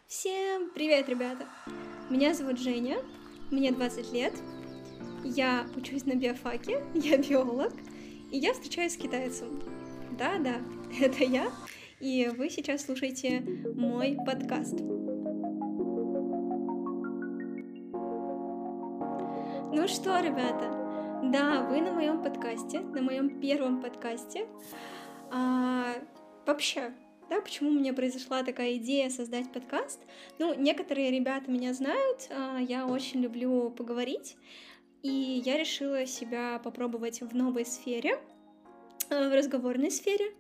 Всем привет, ребята! Меня зовут Женя, мне 20 лет, я учусь на биофаке, я биолог, и я встречаюсь с китайцем. Да-да, это я, и вы сейчас слушаете мой подкаст. Ну что, ребята, да, вы на моем подкасте, на моем первом подкасте. Вообще, да, почему у меня произошла такая идея создать подкаст? Ну, некоторые ребята меня знают, я очень люблю поговорить, и я решила себя попробовать в новой сфере, в разговорной сфере.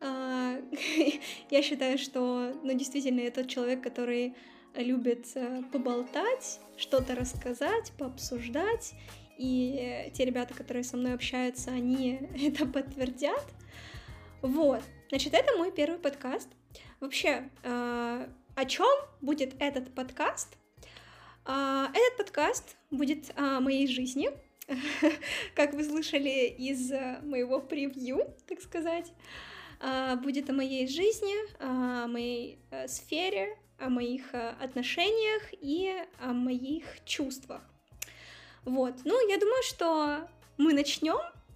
Я считаю, что, действительно, я тот человек, который любит поболтать, что-то рассказать, пообсуждать, и те ребята, которые со мной общаются, они это подтвердят. Вот, значит, это мой первый подкаст. Вообще, о чем будет этот подкаст? Этот подкаст будет о моей жизни, как вы слышали из моего превью, так сказать. Будет о моей жизни, о моей сфере, о моих отношениях и о моих чувствах. Вот, я думаю, что мы начнем.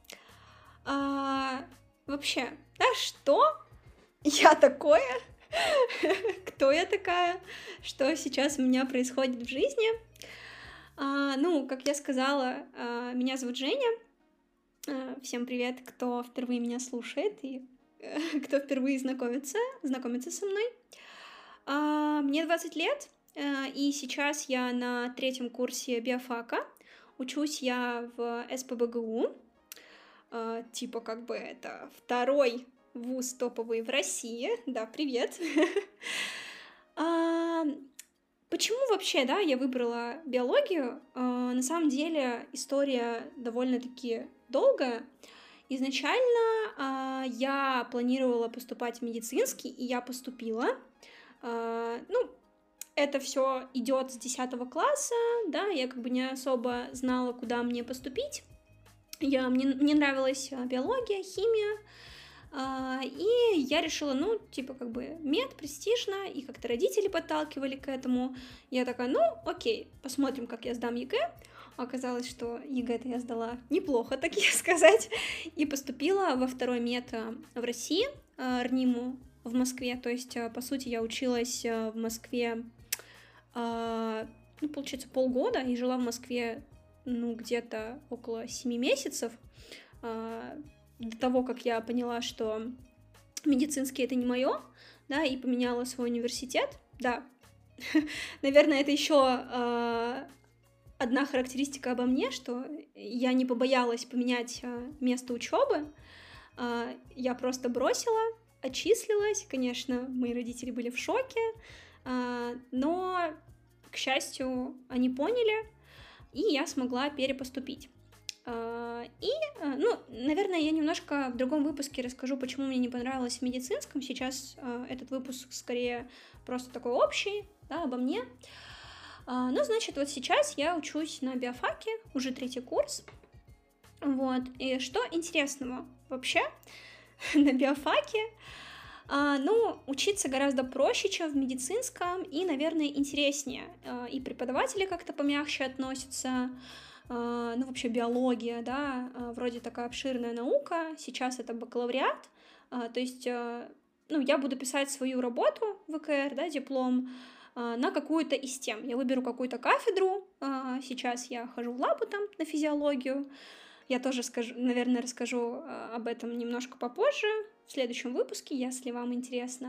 Вообще, да, что я такое? Кто я такая? Что сейчас у меня происходит в жизни? Как я сказала, меня зовут Женя. Всем привет, кто впервые меня слушает и кто впервые знакомится со мной. Мне 20 лет, и сейчас я на 3-м курсе биофака. Учусь я в СПбГУ. Это второй вуз топовый в России. Да, привет. Почему вообще, да, я выбрала биологию? На самом деле история довольно-таки долгая. Изначально я планировала поступать в медицинский, и я поступила. Это все идет с 10 класса, да, я не особо знала, куда мне поступить. Мне нравилась биология, химия, и я решила, мед, престижно, и как-то родители подталкивали к этому. Я такая, окей, посмотрим, как я сдам ЕГЭ. Оказалось, что ЕГЭ-то я сдала неплохо, так сказать, и поступила во второй мед в России, РНИМу в Москве. То есть, по сути, я училась в Москве, получается, полгода, и жила в Москве где-то около 7 месяцев, до того, как я поняла, что медицинский это не мое, да, и поменяла свой университет, да. Наверное, это еще одна характеристика обо мне, что я не побоялась поменять место учебы, я просто бросила, отчислилась, конечно, мои родители были в шоке, но, к счастью, они поняли, и я смогла перепоступить. Наверное, я немножко в другом выпуске расскажу, почему мне не понравилось в медицинском. Сейчас этот выпуск скорее просто такой общий, да, обо мне. Значит, вот сейчас я учусь на биофаке, уже 3-й курс. Вот, и что интересного вообще на биофаке? Учиться гораздо проще, чем в медицинском, и, наверное, интереснее. И преподаватели как-то помягче относятся. Вообще биология, да, вроде такая обширная наука. Сейчас это бакалавриат. То есть, я буду писать свою работу в ВКР, да, диплом, на какую-то из тем. Я выберу какую-то кафедру. Сейчас я хожу в лабу там на физиологию. Я тоже расскажу об этом немножко попозже, в следующем выпуске, если вам интересно.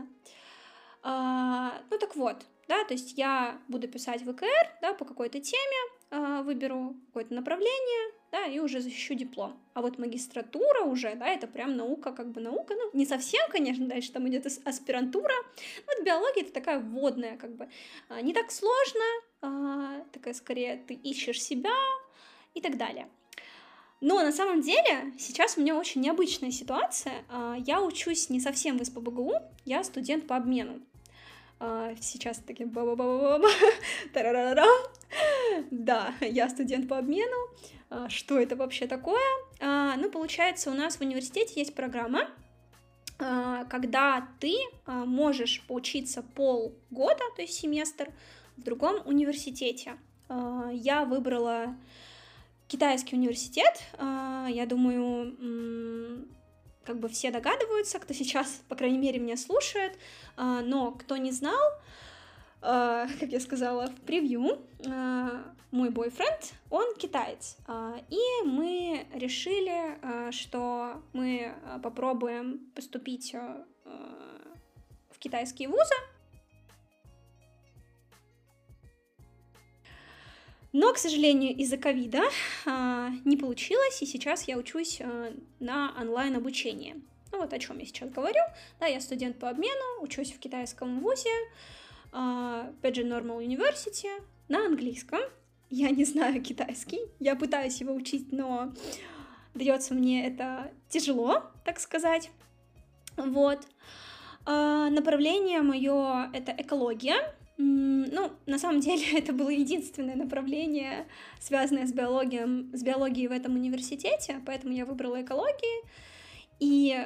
Так вот, да, то есть я буду писать ВКР, да, по какой-то теме, выберу какое-то направление, да, и уже защищу диплом. А вот магистратура уже, да, это прям наука, наука, не совсем, конечно, дальше там идет аспирантура. Вот биология это такая вводная, не так сложно, такая скорее ты ищешь себя и так далее. Но на самом деле сейчас у меня очень необычная ситуация. Я учусь не совсем в СПбГУ, я студент по обмену. Сейчас таки ба-ба-ба-ба-ба, тарарарам. Да, я студент по обмену. Что это вообще такое? Получается, у нас в университете есть программа когда ты можешь поучиться полгода, то есть семестр, в другом университете. Я выбрала китайский университет. Я думаю, как бы все догадываются, кто сейчас, по крайней мере, меня слушает, но кто не знал, как я сказала в превью, мой бойфренд, он китаец, и мы решили, что мы попробуем поступить в китайские вузы. Но, к сожалению, из-за ковида не получилось, и сейчас я учусь на онлайн-обучении. Ну вот о чем я сейчас говорю. Да, я студент по обмену, учусь в китайском вузе, Peugeot Normal University, на английском. Я не знаю китайский, я пытаюсь его учить, но дается мне это тяжело, так сказать. Вот. Направление мое — это экология. Ну, на самом деле, это было единственное направление, связанное с биологией в этом университете, поэтому я выбрала экологию и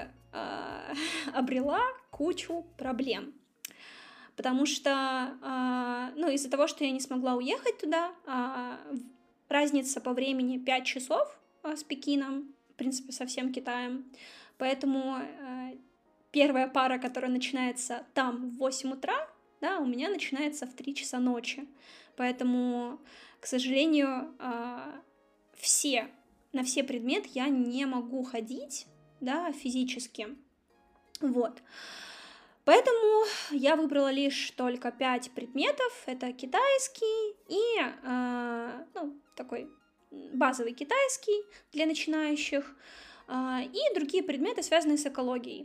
обрела кучу проблем. Потому что, ну, из-за того, что я не смогла уехать туда, разница по времени 5 часов с Пекином, в принципе, со всем Китаем, поэтому первая пара, которая начинается там в 8 утра, да, у меня начинается в 3 часа ночи. Поэтому, к сожалению, на все предметы я не могу ходить, да, физически. Вот. Поэтому я выбрала лишь только 5 предметов. Это китайский и, ну, такой базовый китайский для начинающих, и другие предметы, связанные с экологией.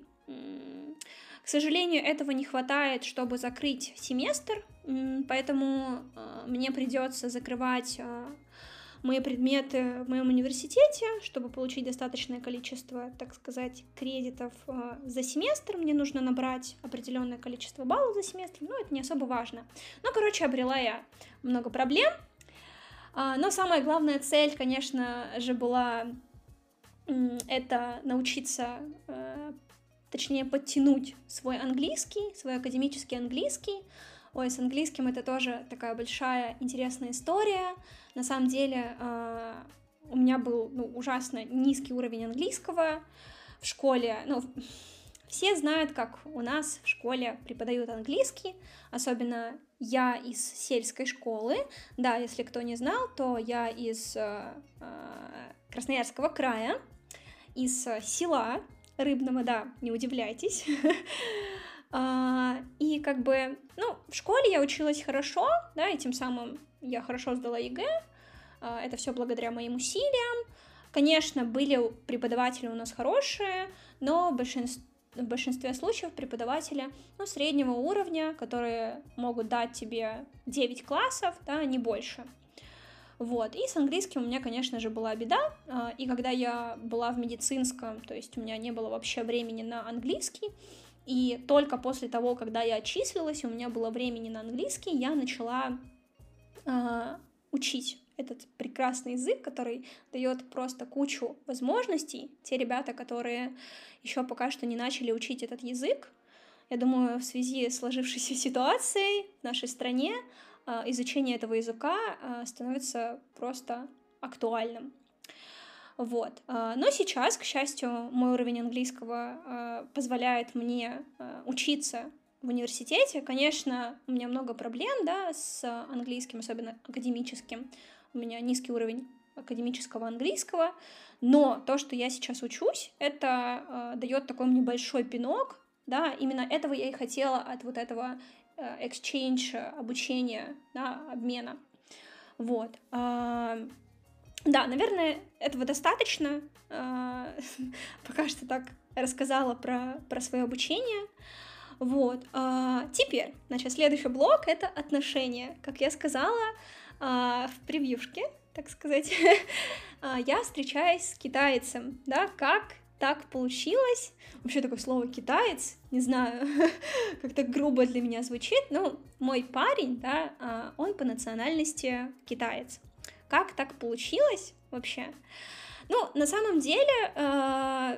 К сожалению, этого не хватает, чтобы закрыть семестр, поэтому мне придется закрывать мои предметы в моем университете, чтобы получить достаточное количество, так сказать, кредитов за семестр. Мне нужно набрать определенное количество баллов за семестр, но это не особо важно. Ну, короче, обрела я много проблем, но самая главная цель, конечно же, была это научиться, точнее, подтянуть свой английский, свой академический английский. Ой, с английским это тоже такая большая интересная история. На самом деле у меня был ужасно низкий уровень английского в школе. Ну, все знают, как у нас в школе преподают английский, особенно я из сельской школы. Да, если кто не знал, то я из Красноярского края, из села Рыбного, да, не удивляйтесь. И как бы, ну, в школе я училась хорошо, да, и тем самым я хорошо сдала ЕГЭ. Это все благодаря моим усилиям. Конечно, были преподаватели у нас хорошие, но в большинстве случаев преподаватели, ну, среднего уровня, которые могут дать тебе 9 классов, да, не больше. Вот, и с английским у меня, конечно же, была беда, и когда я была в медицинском, то есть у меня не было вообще времени на английский, и только после того, когда я отчислилась, у меня было времени на английский, я начала учить этот прекрасный язык, который дает просто кучу возможностей. Те ребята, которые еще пока что не начали учить этот язык, я думаю, в связи с сложившейся ситуацией в нашей стране, изучение этого языка становится просто актуальным. Вот. Но сейчас, к счастью, мой уровень английского позволяет мне учиться в университете. Конечно, у меня много проблем, да, с английским, особенно академическим. У меня низкий уровень академического английского, но то, что я сейчас учусь, это дает такой мне большой пинок, да, именно этого я и хотела от вот этого exchange обучения, да, обмена. Вот. Да, наверное, этого достаточно. Пока что так рассказала про свое обучение. Вот. Теперь, значит, следующий блок — это отношения. Как я сказала в превьюшке, так сказать, я встречаюсь с китайцем, да, как так получилось. Вообще такое слово «китаец», не знаю, как-то грубо для меня звучит, но мой парень, да, он по национальности китаец. Как так получилось вообще? Ну, на самом деле,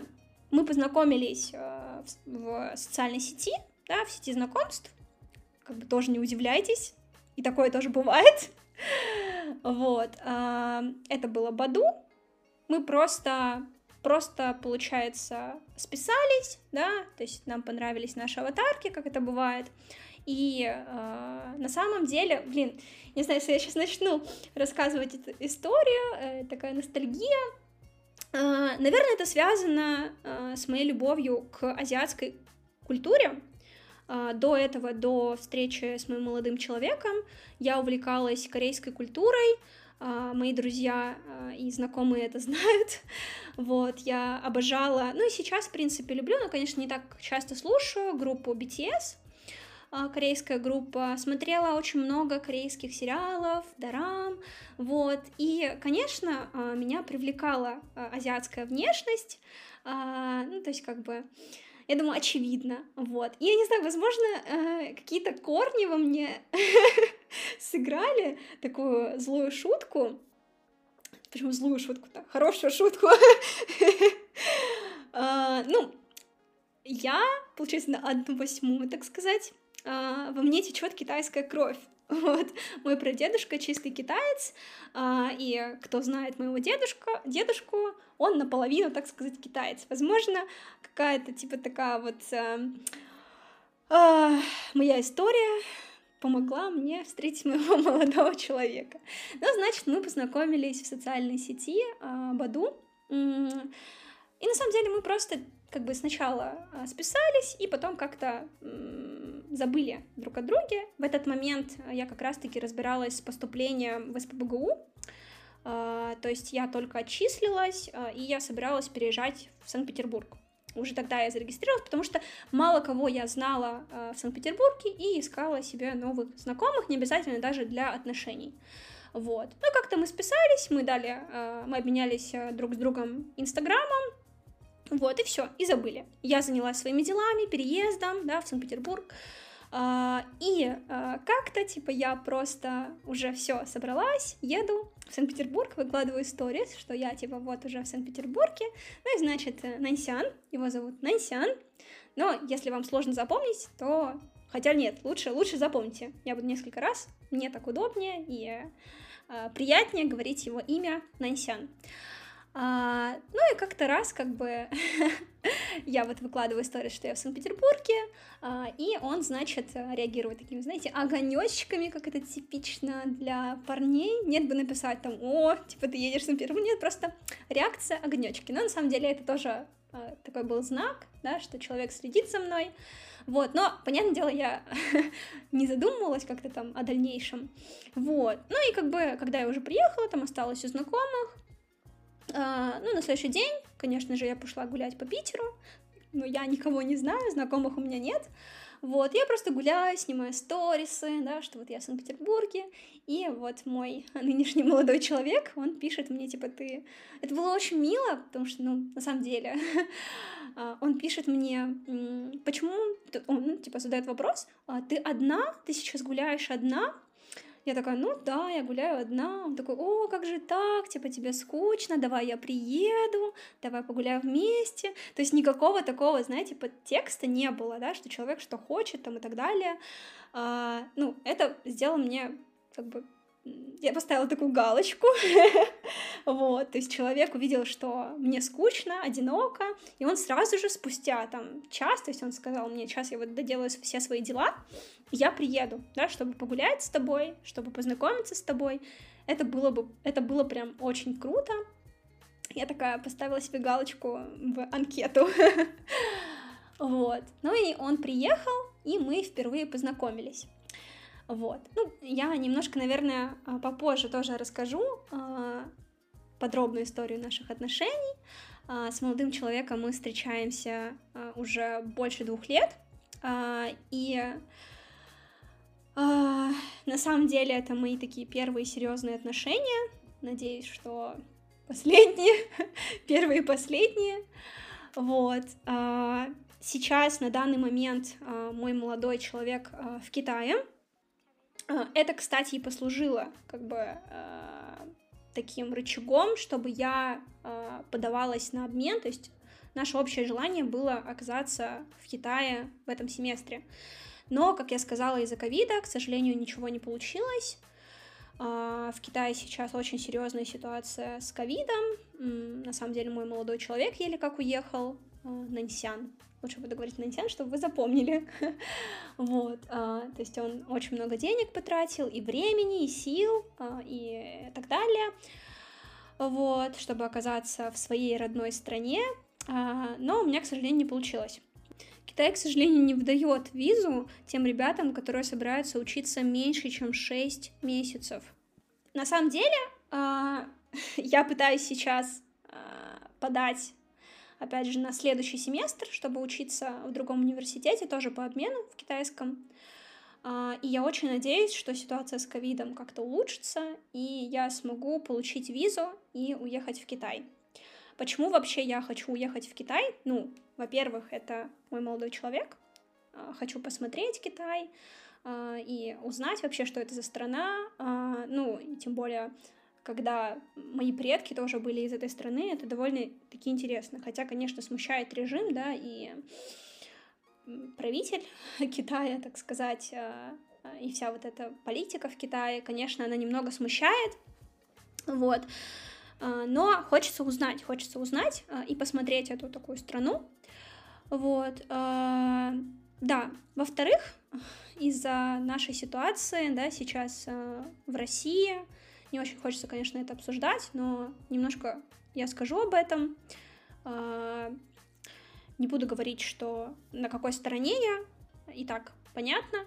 мы познакомились в социальной сети, да, в сети знакомств, как бы тоже не удивляйтесь, и такое тоже бывает. Вот, это было Баду, мы просто, получается, списались, да, то есть нам понравились наши аватарки, как это бывает, и на самом деле, не знаю, если я сейчас начну рассказывать эту историю, такая ностальгия, наверное, это связано с моей любовью к азиатской культуре. До этого, до встречи с моим молодым человеком, я увлекалась корейской культурой, мои друзья и знакомые это знают, вот, я обожала, ну и сейчас, в принципе, люблю, но, конечно, не так часто слушаю группу BTS, корейская группа, смотрела очень много корейских сериалов, дорам, вот, и, конечно, меня привлекала азиатская внешность, ну, то есть, как бы, я думаю, очевидно, вот. И я не знаю, возможно, какие-то корни во мне сыграли такую злую шутку. Почему злую шутку-то? Хорошую шутку. Ну, я, получается, на 1/8, так сказать, во мне течет китайская кровь. Вот. Мой прадедушка чистый китаец, и кто знает моего дедушку, он наполовину, так сказать, китаец. Возможно, какая-то типа такая вот моя история помогла мне встретить моего молодого человека. Ну, значит, мы познакомились в социальной сети Баду, и на самом деле мы просто как бы сначала списались, и потом как-то забыли друг о друге. В этот момент я как раз-таки разбиралась с поступлением в СПбГУ, то есть я только отчислилась, и я собиралась переезжать в Санкт-Петербург. Уже тогда я зарегистрировалась, потому что мало кого я знала в Санкт-Петербурге и искала себе новых знакомых, не обязательно даже для отношений. Вот. Ну, как-то мы списались, мы обменялись друг с другом Инстаграмом, вот, и все, и забыли. Я занялась своими делами, переездом, да, в Санкт-Петербург, и как-то, типа, я просто уже все собралась, еду в Санкт-Петербург, выкладываю сторис, что я, типа, вот уже в Санкт-Петербурге, ну и, значит, Нансян, его зовут Нансян, но если вам сложно запомнить, то, хотя нет, лучше запомните, я буду несколько раз, мне так удобнее и приятнее говорить его имя Нансян. Ну и как-то раз, как бы, я вот выкладываю историю, что я в Санкт-Петербурге, и он, значит, реагирует такими, знаете, огонёчками, как это типично для парней. Нет бы написать там, о, типа, ты едешь в Санкт-Петербург, нет, просто реакция огонёчки. Но на самом деле это тоже такой был знак, да, что человек следит за мной. Вот, но, понятное дело, я не задумывалась как-то там о дальнейшем. Вот, ну и как бы, когда я уже приехала, там осталась у знакомых, ну, на следующий день, конечно же, я пошла гулять по Питеру, но я никого не знаю, знакомых у меня нет, вот, я просто гуляю, снимаю сторисы, да, что вот я в Санкт-Петербурге, и вот мой нынешний молодой человек, он пишет мне, типа, ты... Это было очень мило, потому что, ну, на самом деле, он пишет мне, почему... Он, типа, задает вопрос, ты одна? Ты сейчас гуляешь одна? Я такая, ну да, я гуляю одна. Он такой, о, как же так, типа тебе скучно, давай я приеду, давай погуляем вместе. То есть никакого такого, знаете, подтекста не было, да, что человек что хочет там и так далее. Ну, это сделало мне как бы... Я поставила такую галочку, вот, то есть человек увидел, что мне скучно, одиноко, и он сразу же спустя там час, то есть он сказал мне, сейчас я вот доделаю все свои дела, я приеду, да, чтобы погулять с тобой, чтобы познакомиться с тобой, это было прям очень круто, я такая поставила себе галочку в анкету, вот, ну и он приехал, и мы впервые познакомились. Вот. Ну, я немножко, наверное, попозже тоже расскажу подробную историю наших отношений. С молодым человеком мы встречаемся уже больше 2 лет. И на самом деле это мои такие первые серьезные отношения. Надеюсь, что последние, первые и последние. Вот. Сейчас, на данный момент, мой молодой человек в Китае. Это, кстати, и послужило как бы таким рычагом, чтобы я подавалась на обмен, то есть наше общее желание было оказаться в Китае в этом семестре. Но, как я сказала, из-за ковида, к сожалению, ничего не получилось. В Китае сейчас очень серьезная ситуация с ковидом. На самом деле, мой молодой человек еле как уехал. Наньсян. Лучше буду говорить Наньсян, чтобы вы запомнили. Вот. То есть он очень много денег потратил, и времени, и сил, и так далее. Вот, чтобы оказаться в своей родной стране. Но у меня, к сожалению, не получилось. Китай, к сожалению, не выдает визу тем ребятам, которые собираются учиться меньше, чем 6 месяцев. На самом деле, я пытаюсь сейчас подать, опять же, на следующий семестр, чтобы учиться в другом университете, тоже по обмену в китайском. И я очень надеюсь, что ситуация с ковидом как-то улучшится, и я смогу получить визу и уехать в Китай. Почему вообще я хочу уехать в Китай? Ну, во-первых, это мой молодой человек. Хочу посмотреть Китай и узнать вообще, что это за страна. Ну, и тем более, когда мои предки тоже были из этой страны, это довольно-таки интересно. Хотя, конечно, смущает режим, да, и правитель Китая, так сказать, и вся вот эта политика в Китае, конечно, она немного смущает, вот. Но хочется узнать и посмотреть эту такую страну, вот. Да, во-вторых, из-за нашей ситуации, да, сейчас в России, не очень хочется, конечно, это обсуждать, но немножко я скажу об этом. Не буду говорить, что на какой стороне я, и так понятно.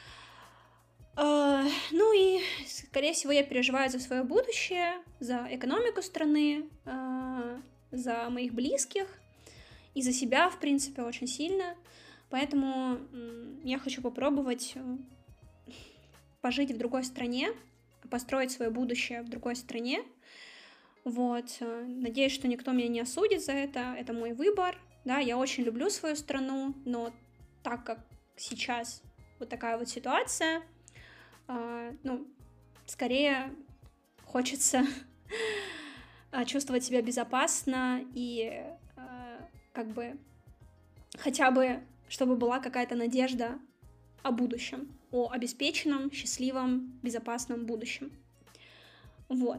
Ну и, скорее всего, я переживаю за свое будущее, за экономику страны, за моих близких и за себя, в принципе, очень сильно. Поэтому я хочу попробовать пожить в другой стране, построить свое будущее в другой стране. Вот. Надеюсь, что никто меня не осудит за это. Это мой выбор. Да, я очень люблю свою страну, но так как сейчас вот такая вот ситуация, ну, скорее хочется чувствовать себя безопасно и как бы хотя бы, чтобы была какая-то надежда о будущем, о обеспеченном, счастливом, безопасном будущем. Вот.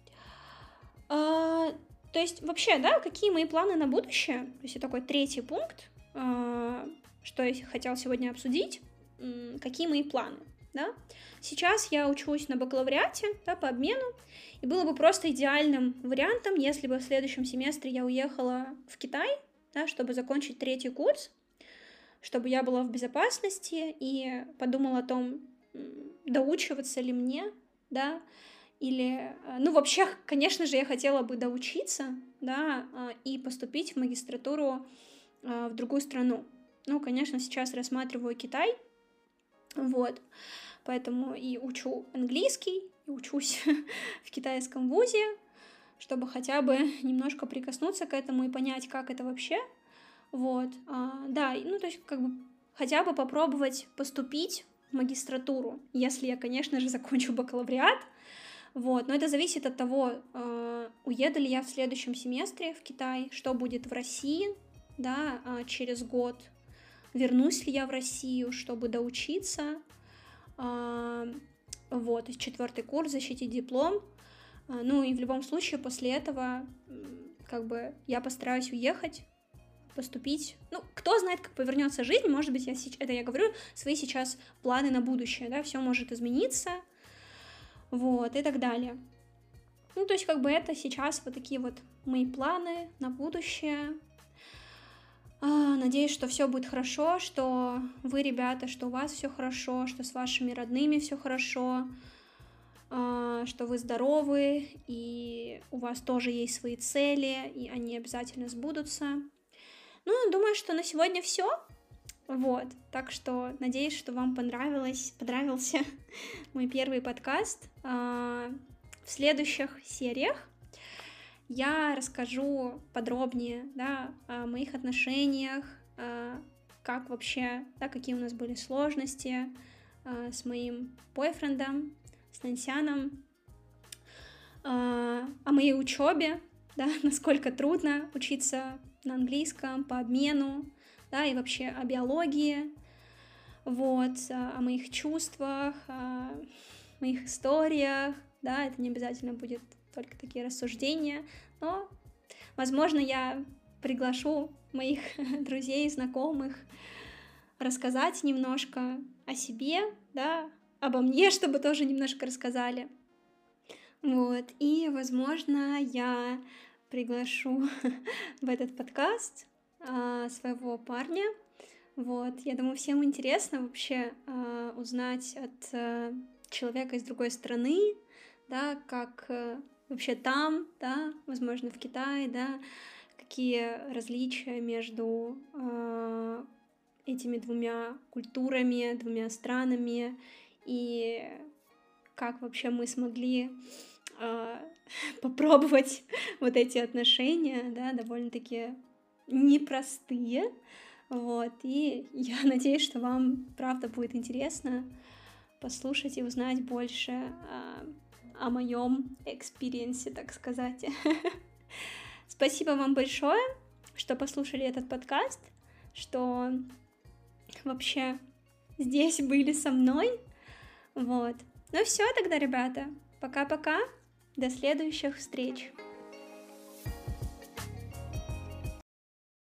То есть вообще, да, какие мои планы на будущее? То есть это такой третий пункт, что я хотела сегодня обсудить. Какие мои планы, да? Сейчас я учусь на бакалавриате, да, по обмену, и было бы просто идеальным вариантом, если бы в следующем семестре я уехала в Китай, да, чтобы закончить третий курс, чтобы я была в безопасности и подумала о том, доучиваться ли мне, да, или, ну, вообще, конечно же, я хотела бы доучиться, да, и поступить в магистратуру в другую страну. Ну, конечно, сейчас рассматриваю Китай, вот, поэтому и учу английский, и учусь в китайском вузе, чтобы хотя бы немножко прикоснуться к этому и понять, как это вообще, вот, да, ну, то есть, как бы, хотя бы попробовать поступить в магистратуру, если я, конечно же, закончу бакалавриат. Вот, но это зависит от того, уеду ли я в следующем семестре в Китай, что будет в России, да, через год, вернусь ли я в Россию, чтобы доучиться, вот, 4-й курс, защитить диплом, ну и в любом случае после этого, как бы, я постараюсь уехать, поступить, ну, кто знает, как повернется жизнь, может быть, это я говорю, свои сейчас планы на будущее, да, все может измениться, вот, и так далее. Ну, то есть, как бы это сейчас вот такие вот мои планы на будущее. Надеюсь, что все будет хорошо, что вы, ребята, что у вас все хорошо, что с вашими родными все хорошо, что вы здоровы, и у вас тоже есть свои цели, и они обязательно сбудутся. Ну, думаю, что на сегодня все. Вот, так что надеюсь, что вам понравился мой первый подкаст. В следующих сериях я расскажу подробнее, да, о моих отношениях, как вообще, да, какие у нас были сложности с моим бойфрендом, с Нансяном, о моей учебе, да, насколько трудно учиться на английском по обмену, да, и вообще о биологии, вот, о моих чувствах, о моих историях, да, это не обязательно будет только такие рассуждения, но, возможно, я приглашу моих друзей, знакомых рассказать немножко о себе, да, обо мне, чтобы тоже немножко рассказали. Вот, и, возможно, я приглашу в этот подкаст своего парня. Вот, я думаю, всем интересно вообще узнать от человека из другой страны, да, как вообще там, да, возможно, в Китае, да, какие различия между этими двумя культурами, двумя странами, и как вообще мы смогли попробовать вот эти отношения, да, довольно-таки непростые, вот, и я надеюсь, что вам, правда, будет интересно послушать и узнать больше о моем экспириенсе, так сказать. Спасибо вам большое, что послушали этот подкаст, что вообще здесь были со мной, вот. Ну все тогда, ребята, пока-пока, до следующих встреч.